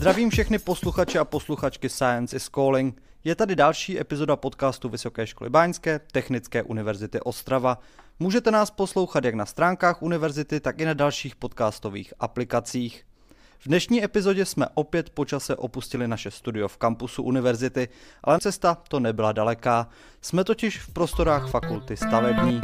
Zdravím všechny posluchače a posluchačky Science is Calling. Je tady další epizoda podcastu Vysoké školy báňské, Technické univerzity Ostrava. Můžete nás poslouchat jak na stránkách univerzity, tak i na dalších podcastových aplikacích. V dnešní epizodě jsme opět po čase opustili naše studio v kampusu univerzity, ale cesta to nebyla daleká. Jsme totiž v prostorách fakulty stavební.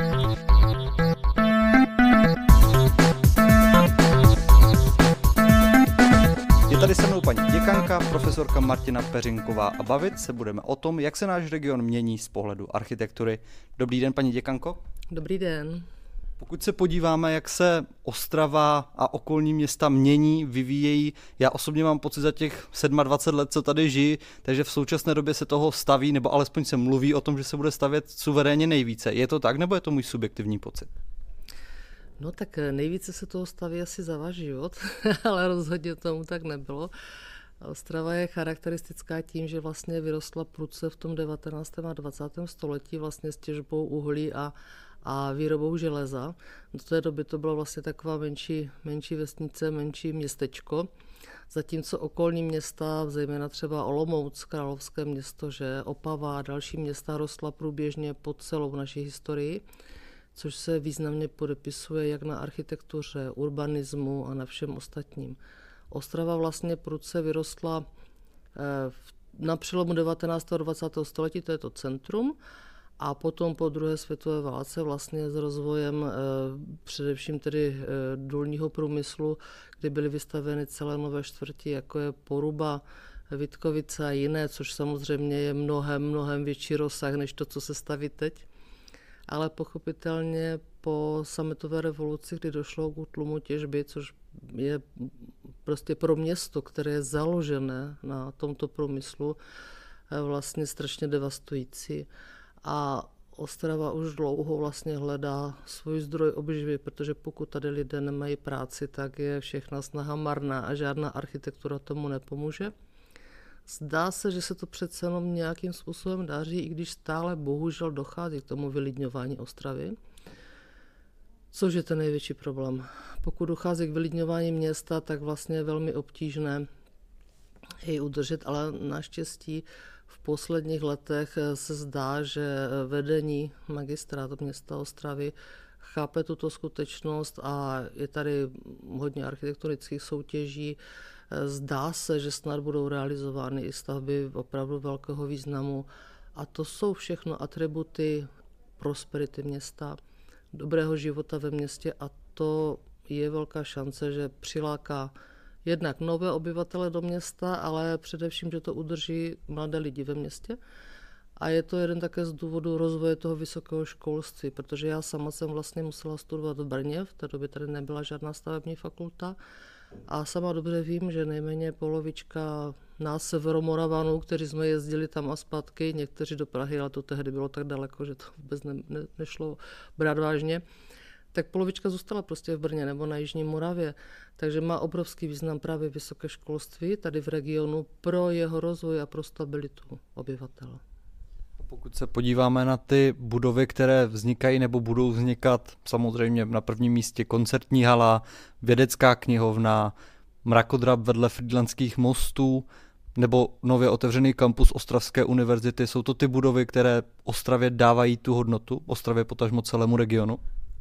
Je tady se mnou paní děkanka, profesorka Martina Peřinková a bavit se budeme o tom, jak se náš region mění z pohledu architektury. Dobrý den, paní děkanko. Dobrý den. Pokud se podíváme, jak se Ostrava a okolní města mění, vyvíjejí, já osobně mám pocit za těch 27 let, co tady žiji, takže v současné době se toho staví, nebo alespoň se mluví o tom, že se bude stavět suverénně nejvíce. Je to tak, nebo je to můj subjektivní pocit? No tak nejvíce se toho staví asi za váš život, ale rozhodně tomu tak nebylo. Ostrava je charakteristická tím, že vlastně vyrostla prudce v tom 19. a 20. století vlastně s těžbou uhlí a výrobou železa. Do té doby to bylo vlastně taková menší vesnice, menší městečko. Zatímco okolní města, zejména třeba Olomouc, královské město, že Opava a další města rostla průběžně po celou naší historii, což se významně podepisuje jak na architektuře, urbanismu a na všem ostatním. Ostrava vlastně prudce vyrostla na přelomu 19. a 20. století, to je to centrum, a potom po druhé světové válce vlastně s rozvojem především tedy důlního průmyslu, kdy byly vystaveny celé nové čtvrti, jako je Poruba, Vítkovice a jiné, což samozřejmě je mnohem větší rozsah než to, co se staví teď. Ale pochopitelně po sametové revoluci, kdy došlo k útlumu těžby, což je prostě pro město, které je založené na tomto průmyslu, vlastně strašně devastující. A Ostrava už dlouho vlastně hledá svůj zdroj obživy, protože pokud tady lidé nemají práci, tak je všechna snaha marná a žádná architektura tomu nepomůže. Zdá se, že se to přece jenom nějakým způsobem daří, i když stále bohužel dochází k tomu vylidňování Ostravy, což je ten největší problém. Pokud dochází k vylidňování města, tak vlastně je velmi obtížné jej udržet, ale naštěstí v posledních letech se zdá, že vedení magistrátu města Ostravy chápe tuto skutečnost a je tady hodně architektonických soutěží. Zdá se, že snad budou realizovány i stavby opravdu velkého významu. A to jsou všechno atributy prosperity města, dobrého života ve městě a to je velká šance, že přiláká jednak nové obyvatele do města, ale především, že to udrží mladé lidi ve městě. A je to jeden také z důvodů rozvoje toho vysokého školství, protože já sama jsem vlastně musela studovat v Brně, v té době tady nebyla žádná stavební fakulta. A sama dobře vím, že nejméně polovička nás Severomoravanů, kteří jsme jezdili tam a zpátky, někteří do Prahy, ale to tehdy bylo tak daleko, že to vůbec nešlo brát vážně, tak polovička zůstala prostě v Brně nebo na Jižní Moravě. Takže má obrovský význam právě vysoké školství tady v regionu pro jeho rozvoj a pro stabilitu obyvatel. Pokud se podíváme na ty budovy, které vznikají nebo budou vznikat, samozřejmě na prvním místě koncertní hala, vědecká knihovna, mrakodrap vedle Frýdlantských mostů nebo nově otevřený kampus Ostravské univerzity, jsou to ty budovy, které Ostravě dávají tu hodnotu, Ostravě potažmo celému regionu?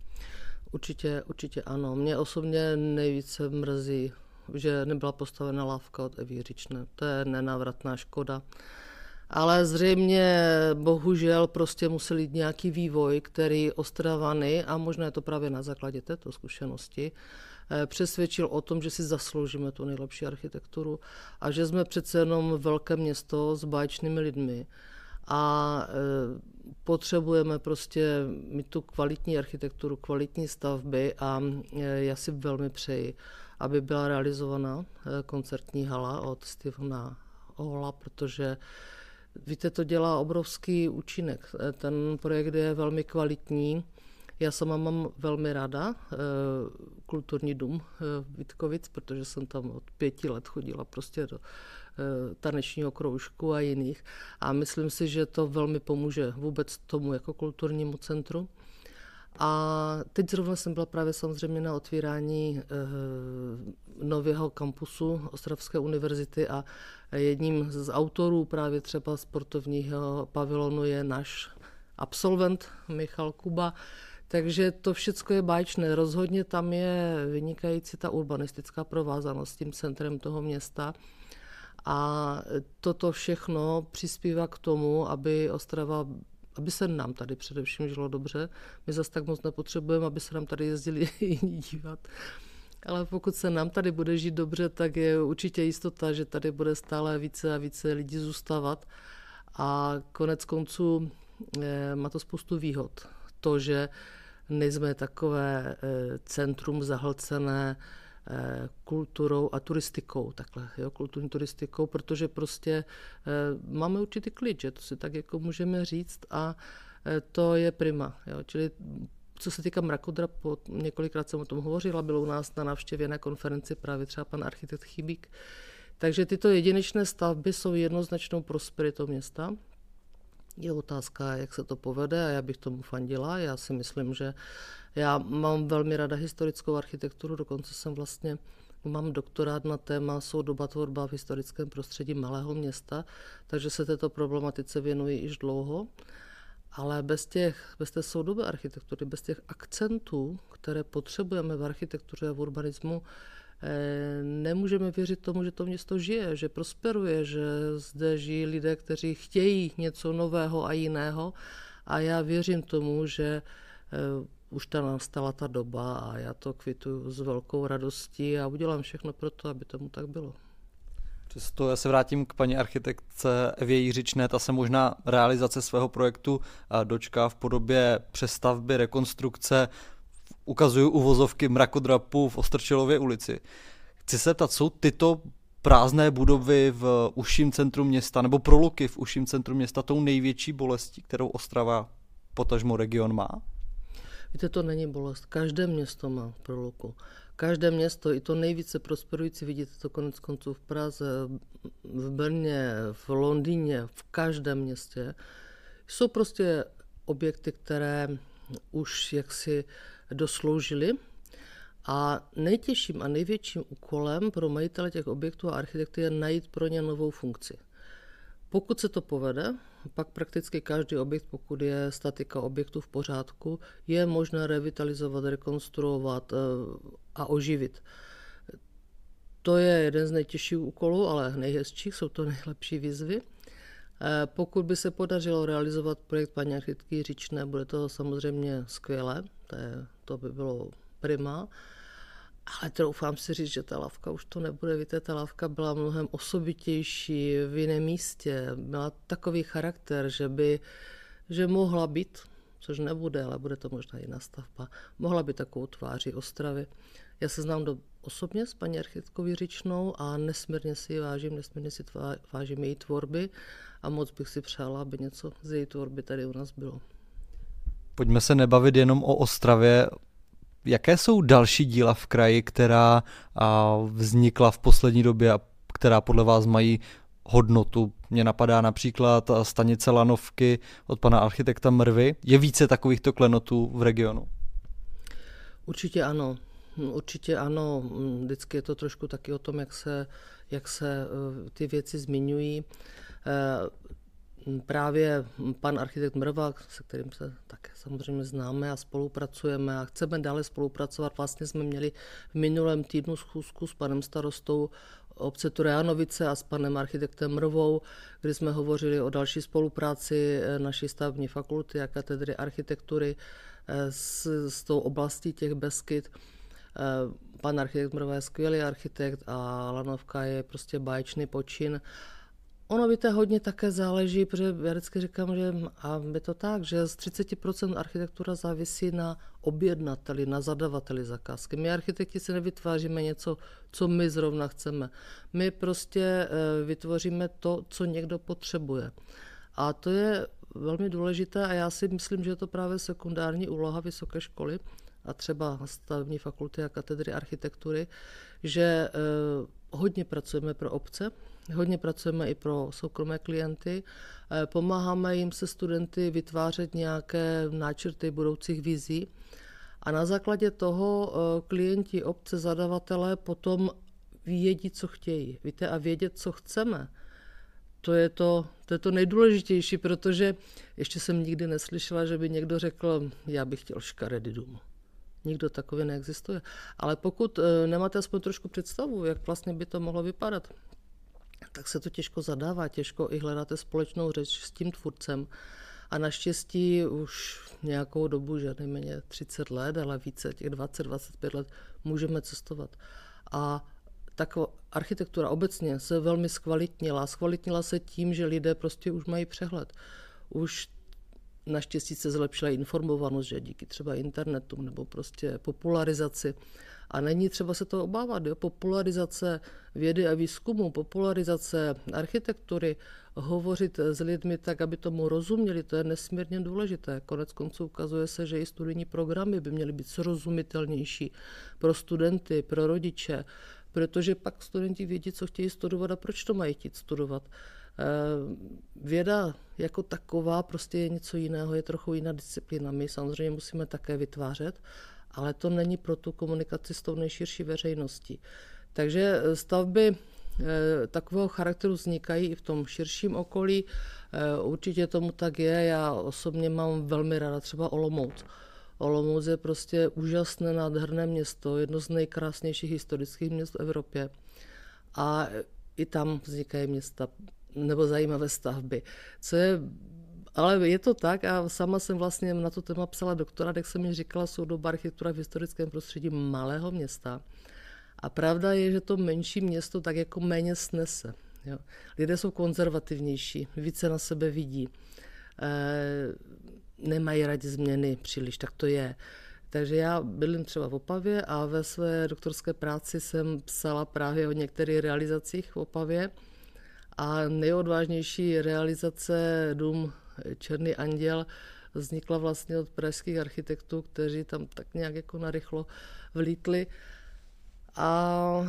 Určitě ano. Mě osobně nejvíce mrzí, že nebyla postavena lávka od Evy Jiřičné. To je nenávratná škoda. Ale zřejmě bohužel prostě musel jít nějaký vývoj, který Ostravany, a možná je to právě na základě této zkušenosti, přesvědčil o tom, že si zasloužíme tu nejlepší architekturu a že jsme přece jenom velké město s báječnými lidmi a potřebujeme prostě mít tu kvalitní architekturu, kvalitní stavby a já si velmi přeji, aby byla realizovaná koncertní hala od Stephena Halla, protože víte, to dělá obrovský účinek. Ten projekt je velmi kvalitní. Já sama mám velmi ráda kulturní dům Vítkovic, protože jsem tam od 5 let chodila prostě do tanečního kroužku a jiných. A myslím si, že to velmi pomůže vůbec tomu jako kulturnímu centru. A teď zrovna jsem byla právě samozřejmě na otvírání nového kampusu Ostravské univerzity a jedním z autorů právě třeba sportovního pavilonu je náš absolvent Michal Kuba. Takže to všechno je báječné. Rozhodně tam je vynikající ta urbanistická provázanost s tím centrem toho města. A toto všechno přispívá k tomu, aby se nám tady především žilo dobře. My zase tak moc nepotřebujeme, aby se nám tady jezdili jiní dívat. Ale pokud se nám tady bude žít dobře, tak je určitě jistota, že tady bude stále více a více lidí zůstávat. A konec konců má to spoustu výhod. To, že nejsme takové centrum zahlcené kulturou a turistikou, takhle, jo, kulturní turistikou, protože prostě máme určitý klid, že to si tak jako můžeme říct a to je prima, jo, čili co se týká mrakodrapu, několikrát jsem o tom hovořila, bylo u nás na návštěvě na konferenci právě třeba pan architekt Chybík, takže tyto jedinečné stavby jsou jednoznačnou prosperitou města. Je otázka, jak se to povede a já bych tomu fandila. Já si myslím, že já mám velmi ráda historickou architekturu, dokonce mám doktorát na téma soudoba tvorba v historickém prostředí malého města, takže se této problematice věnuji již dlouho. Ale bez té soudobé architektury, bez těch akcentů, které potřebujeme v architektuře a v urbanismu, nemůžeme věřit tomu, že to město žije, že prosperuje, že zde žijí lidé, kteří chtějí něco nového a jiného a já věřím tomu, že už nastala ta doba a já to kvituju s velkou radostí a udělám všechno pro to, aby tomu tak bylo. Přesto já se vrátím k paní architektce Evě Jiřičné, ta se možná realizace svého projektu dočká v podobě přestavby, rekonstrukce, ukazuju uvozovky mrakodrapu v Ostrčilově ulici. Chci se ptat, jsou tyto prázdné budovy v užším centru města nebo proluky v užším centru města tou největší bolestí, kterou Ostrava potažmo region má? Víte, to není bolest. Každé město má proluku. Každé město, i to nejvíce prosperující, vidíte to konec konců v Praze, v Brně, v Londýně, v každém městě, jsou prostě objekty, které už jaksi dosloužily. A nejtěžším a největším úkolem pro majitele těch objektů a architekty je najít pro ně novou funkci. Pokud se to povede, pak prakticky každý objekt, pokud je statika objektu v pořádku, je možné revitalizovat, rekonstruovat a oživit. To je jeden z nejtěžších úkolů, ale nejhezčích, jsou to nejlepší výzvy. Pokud by se podařilo realizovat projekt paní architektky Jiřičné, bude to samozřejmě skvělé, to by bylo prima. Ale troufám si říct, že ta lavka už to nebude. Víte, ta lavka byla mnohem osobitější v jiném místě. Měla takový charakter, že mohla být, což nebude, ale bude to možná jiná stavba, mohla být takovou tváří Ostravy. Já se znám osobně s paní architektkou Jiřičnou a nesmírně si ji vážím, nesmírně si vážím její tvorby a moc bych si přála, aby něco z její tvorby tady u nás bylo. Pojďme se nebavit jenom o Ostravě. Jaké jsou další díla v kraji, která vznikla v poslední době a která podle vás mají hodnotu? Mně napadá například stanice Lanovky od pana architekta Mrvy. Je více takovýchto klenotů v regionu? Určitě ano. Určitě ano. Vždycky je to trošku taky o tom, jak se ty věci zmiňují. Právě pan architekt Mrva, se kterým se také samozřejmě známe a spolupracujeme a chceme dále spolupracovat. Vlastně jsme měli v minulém týdnu schůzku s panem starostou obce Turejanovice a s panem architektem Mrvou, kdy jsme hovořili o další spolupráci naší stavební fakulty a katedry architektury s tou oblastí těch Beskyd. Pan architekt Mrva je skvělý architekt a Lanovka je prostě báječný počin. Ono víte, hodně také záleží, protože já vždycky říkám, že a je to tak, že z 30% architektura závisí na objednateli, na zadavateli zakázky. My architekti si nevytváříme něco, co my zrovna chceme. My prostě vytvoříme to, co někdo potřebuje. A to je velmi důležité a já si myslím, že je to právě sekundární úloha vysoké školy a třeba stavební fakulty a katedry architektury, že hodně pracujeme pro obce, hodně pracujeme i pro soukromé klienty, pomáháme jim se studenty vytvářet nějaké náčrty budoucích vizí a na základě toho klienti, obce, zadavatelé potom vědí, co chtějí. Víte, a vědět, co chceme, to je to nejdůležitější, protože ještě jsem nikdy neslyšela, že by někdo řekl, já bych chtěl škaredý dům. Nikdo takový neexistuje. Ale pokud nemáte aspoň trošku představu, jak vlastně by to mohlo vypadat, tak se to těžko zadává, těžko i hledáte společnou řeč s tím tvůrcem. A naštěstí už nějakou dobu, že nejméně 30 let, ale více, těch 20-25 let, můžeme cestovat. A tak architektura obecně se velmi zkvalitnila. Zkvalitnila se tím, že lidé prostě už mají přehled. Už naštěstí se zlepšila informovanost, že díky třeba internetu nebo prostě popularizaci. A není třeba se to obávat. Jo? Popularizace vědy a výzkumu, popularizace architektury, hovořit s lidmi tak, aby tomu rozuměli, to je nesmírně důležité. Konec konců ukazuje se, že i studijní programy by měly být srozumitelnější pro studenty, pro rodiče, protože pak studenti vědí, co chtějí studovat a proč to mají chtít studovat. Věda jako taková prostě je něco jiného, je trochu jiná disciplína. My samozřejmě musíme také vytvářet, ale to není pro tu komunikaci s tou nejširší veřejností. Takže stavby takového charakteru vznikají i v tom širším okolí. Určitě tomu tak je. Já osobně mám velmi ráda třeba Olomouc. Olomouc je prostě úžasné, nádherné město, jedno z nejkrásnějších historických měst v Evropě. A i tam vznikají města nebo zajímavé stavby. Ale je to tak a sama jsem vlastně na to téma psala doktorát, jak jsem mi říkala, soudoba architektura v historickém prostředí malého města. A pravda je, že to menší město tak jako méně snese. Jo. Lidé jsou konzervativnější, více na sebe vidí. Nemají rádi změny příliš, tak to je. Takže já bydlím třeba v Opavě a ve své doktorské práci jsem psala právě o některých realizacích v Opavě. A nejodvážnější realizace dům Černý anděl vznikla vlastně od pražských architektů, kteří tam tak nějak jako narychlo vlítli. A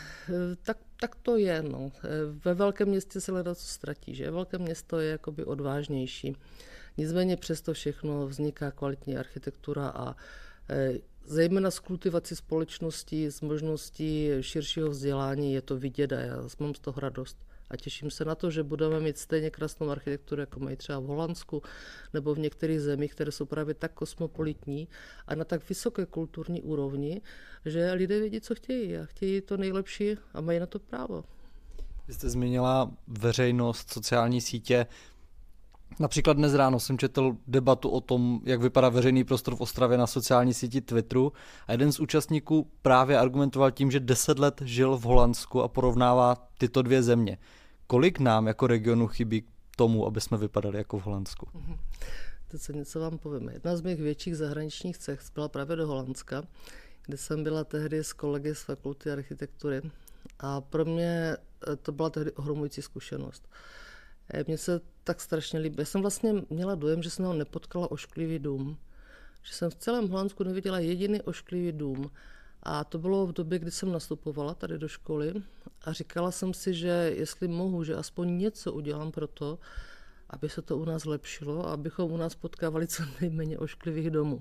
tak to je. No. Ve velkém městě se hledá, co ztratí. Že? Velké město je jakoby odvážnější. Nicméně přesto všechno vzniká kvalitní architektura a zejména z kultivací společnosti, z možností širšího vzdělání je to vidět a já mám z toho radost. A těším se na to, že budeme mít stejně krásnou architekturu, jako mají třeba v Holandsku nebo v některých zemích, které jsou právě tak kosmopolitní a na tak vysoké kulturní úrovni, že lidé vědí, co chtějí a chtějí to nejlepší a mají na to právo. Vy jste zmínila veřejnost, sociální sítě. Například dnes ráno jsem četl debatu o tom, jak vypadá veřejný prostor v Ostravě na sociální síti Twitteru a jeden z účastníků právě argumentoval tím, že 10 let žil v Holandsku a porovnává tyto dvě země. Kolik nám jako regionu chybí k tomu, aby jsme vypadali jako v Holandsku? Teď se něco vám povím. Jedna z mých větších zahraničních cest byla právě do Holandska, kde jsem byla tehdy s kolegy z fakulty architektury a pro mě to byla tehdy ohromující zkušenost. Mně se tak strašně líbí. Já jsem vlastně měla dojem, že jsem tam nepotkala ošklivý dům. Že jsem v celém Holandsku neviděla jediný ošklivý dům. A to bylo v době, kdy jsem nastupovala tady do školy a říkala jsem si, že jestli mohu, že aspoň něco udělám pro to, aby se to u nás zlepšilo a abychom u nás potkávali co nejméně ošklivých domů.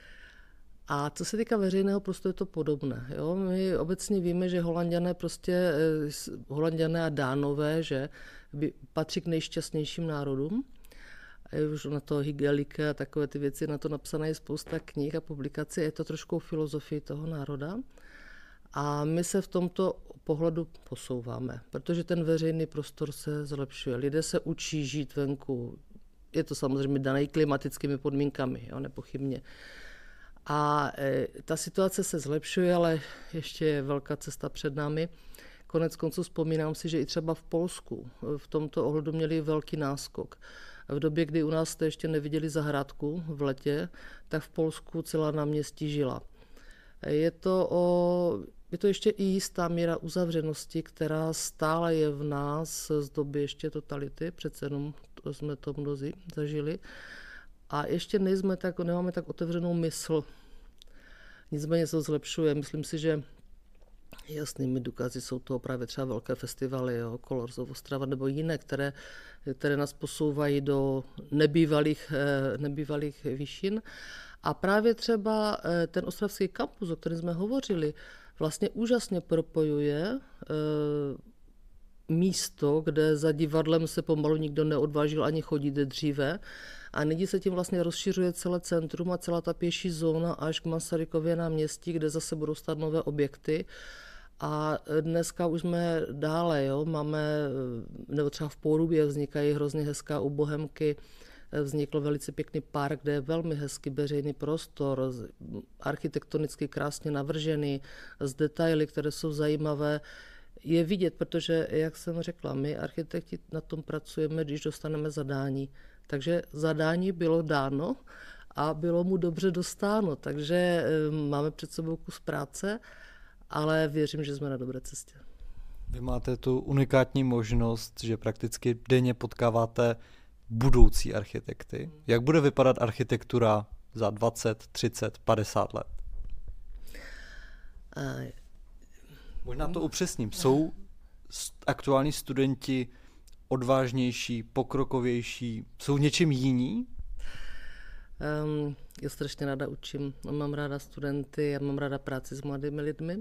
A co se týká veřejného prostoru, je to podobné. Jo? My obecně víme, že Holanďané a Dánové, že patří k nejšťastnějším národům. A už na to Hyggelike a takové ty věci, na to napsané je spousta knih a publikací. Je to trošku filozofii toho národa. A my se v tomto pohledu posouváme, protože ten veřejný prostor se zlepšuje. Lidé se učí žít venku. Je to samozřejmě dané klimatickými podmínkami, jo, nepochybně. A ta situace se zlepšuje, ale ještě je velká cesta před námi. Konec konců vzpomínám si, že i třeba v Polsku v tomto ohledu měli velký náskok. V době, kdy u nás jste ještě neviděli zahrádku v letě, tak v Polsku celá náměstí žila. Je to ještě i jistá míra uzavřenosti, která stále je v nás z doby ještě totality, přece jenom jsme to mnozí zažili. A ještě nemáme tak otevřenou mysl. Nicméně se to zlepšuje. Myslím si, že Jasnými důkazy jsou to právě třeba velké festivaly, jo, Colors of Ostrava nebo jiné, které nás posouvají do nebývalých výšin. A právě třeba ten ostravský kampus, o kterém jsme hovořili, vlastně úžasně propojuje místo, kde za divadlem se pomalu nikdo neodvážil ani chodit dříve. A nyní se tím vlastně rozšiřuje celé centrum a celá ta pěší zóna až k Masarykově náměstí, kde zase budou stát nové objekty. A dneska už jsme dále, jo, nebo třeba v Porubě vznikají hrozně hezká u Bohemky, vznikl velice pěkný park, kde je velmi hezký veřejný prostor, architektonicky krásně navržený, s detaily, které jsou zajímavé. Je vidět, protože, jak jsem řekla, my architekti na tom pracujeme, když dostaneme zadání. Takže zadání bylo dáno a bylo mu dobře dostáno, takže máme před sebou kus práce, ale věřím, že jsme na dobré cestě. Vy máte tu unikátní možnost, že prakticky denně potkáváte budoucí architekty. Jak bude vypadat architektura za 20, 30, 50 let? Možná to upřesním. Jsou aktuální studenti odvážnější, pokrokovější? Jsou něčím jiní? Já strašně ráda učím. Mám ráda studenty, já mám ráda práci s mladými lidmi.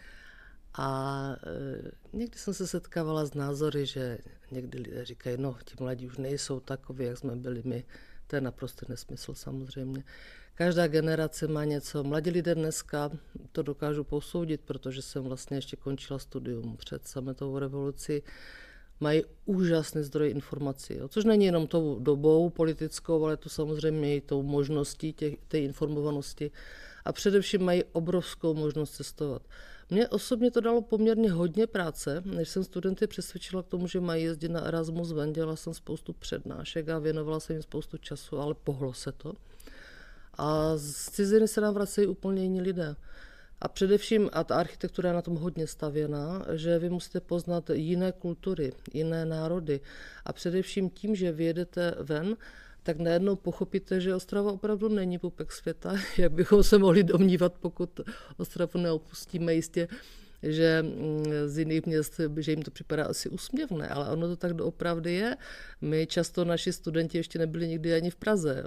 A někdy jsem se setkávala s názory, že někdy lidé říkají, no, ti mladí už nejsou takoví, jak jsme byli my. To je naprosto nesmysl samozřejmě. Každá generace má něco. Mladí lidé dneska to dokážu posoudit, protože jsem vlastně ještě končila studium před sametovou revolucí. Mají úžasný zdroj informací, jo. Což není jenom tou dobou politickou, ale to samozřejmě i tou možností té informovanosti. A především mají obrovskou možnost cestovat. Mně osobně to dalo poměrně hodně práce, než jsem studenty přesvědčila k tomu, že mají jezdit na Erasmus. Dělala jsem spoustu přednášek a věnovala jsem jim spoustu času, ale pohlo se to. A z ciziny se nám vracejí úplně jiní lidé. A především, a ta architektura je na tom hodně stavěná, že vy musíte poznat jiné kultury, jiné národy. A především tím, že vyjedete ven, tak najednou pochopíte, že Ostrava opravdu není pupek světa, jak bychom se mohli domnívat, pokud Ostravu neopustíme. Jistě, že z jiných měst, že jim to připadá asi úsměvné, ale ono to tak doopravdy je. My často naši studenti ještě nebyli nikdy ani v Praze.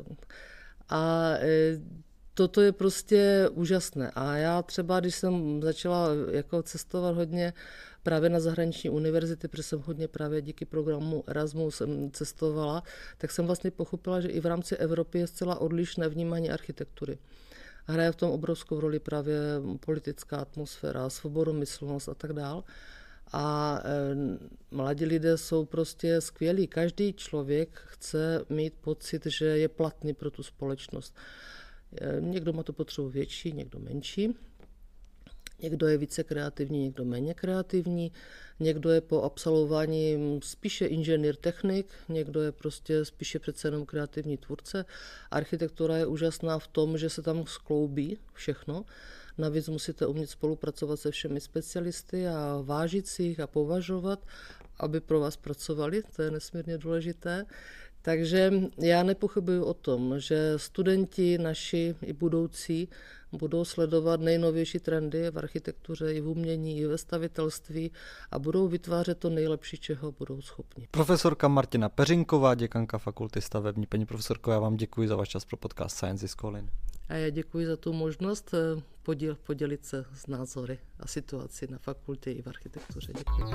A toto je prostě úžasné. A já třeba, když jsem začala jako cestovat hodně právě na zahraniční univerzity, protože jsem hodně právě díky programu Erasmus cestovala, tak jsem vlastně pochopila, že i v rámci Evropy je zcela odlišné vnímání architektury. Hraje v tom obrovskou roli právě politická atmosféra, svobodomyslnost a tak dál. A mladí lidé jsou prostě skvělí. Každý člověk chce mít pocit, že je platný pro tu společnost. Někdo má to potřebu větší, někdo menší. Někdo je více kreativní, někdo méně kreativní. Někdo je po absolvování spíše inženýr technik, někdo je prostě spíše přece jenom kreativní tvůrce. Architektura je úžasná v tom, že se tam skloubí všechno. Navíc musíte umět spolupracovat se všemi specialisty a vážit si jich a považovat, aby pro vás pracovali. To je nesmírně důležité. Takže já nepochybuji o tom, že studenti naši i budoucí budou sledovat nejnovější trendy v architektuře, i v umění, i ve stavitelství a budou vytvářet to nejlepší, čeho budou schopni. Profesorka Martina Peřinková, děkanka Fakulty stavební. Paní profesorko, já vám děkuji za váš čas pro podcast Science is Calling. A já děkuji za tu možnost podělit se s názory a situaci na fakultě i v architektuře. Děkuji.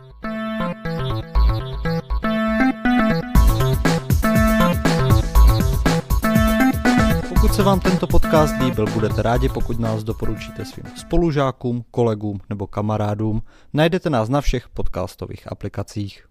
Pokud se vám tento podcast líbil, budete rádi, pokud nás doporučíte svým spolužákům, kolegům nebo kamarádům. Najdete nás na všech podcastových aplikacích.